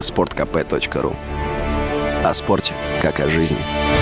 sportkp.ru. О спорте, как о жизни.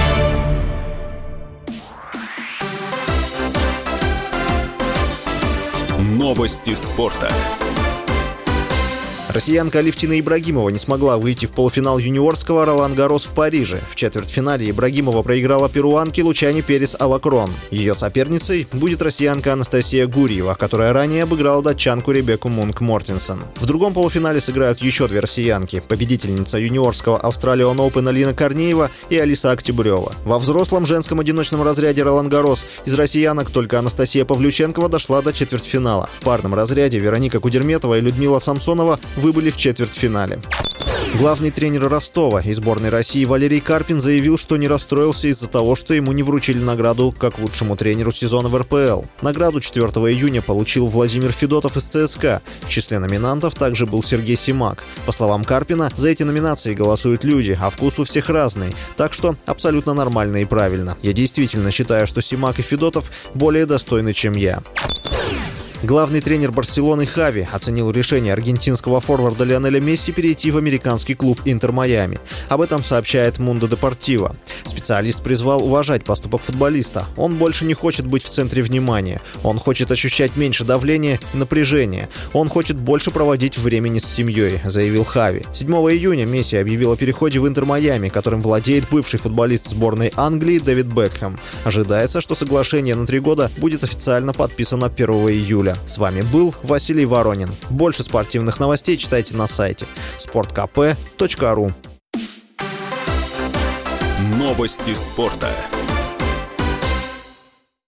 Новости спорта. Россиянка Алевтина Ибрагимова не смогла выйти в полуфинал юниорского Ролан-Гаррос в Париже. В четвертьфинале Ибрагимова проиграла перуанке Лучане Перес Алакрон. Ее соперницей будет россиянка Анастасия Гурьева, которая ранее обыграла датчанку Ребекку Мунк-Мортенсен. В другом полуфинале сыграют еще две россиянки: победительница юниорского Australian Open Алина Корнеева и Алиса Октябрева. Во взрослом женском одиночном разряде Ролан-Гаррос из россиянок только Анастасия Павлюченкова дошла до четвертьфинала. В парном разряде Вероника Кудерметова и Людмила Самсонова выбыли в четвертьфинале. Главный тренер Ростова и сборной России Валерий Карпин заявил, что не расстроился из-за того, что ему не вручили награду как лучшему тренеру сезона в РПЛ. Награду 4 июня получил Владимир Федотов из ЦСКА. В числе номинантов также был Сергей Симак. По словам Карпина, за эти номинации голосуют люди, а вкус у всех разный. Так что абсолютно нормально и правильно. Я действительно считаю, что Симак и Федотов более достойны, чем я. Главный тренер Барселоны Хави оценил решение аргентинского форварда Лионеля Месси перейти в американский клуб Интер Майами. Об этом сообщает Mundo Deportivo. Специалист призвал уважать поступок футболиста. Он больше не хочет быть в центре внимания. Он хочет ощущать меньше давления и напряжения. Он хочет больше проводить времени с семьей, заявил Хави. 7 июня Месси объявил о переходе в Интер Майами, которым владеет бывший футболист сборной Англии Дэвид Бекхэм. Ожидается, что соглашение на 3 года будет официально подписано 1 июля. С вами был Василий Воронин. Больше спортивных новостей читайте на сайте sportkp.ru. Новости спорта.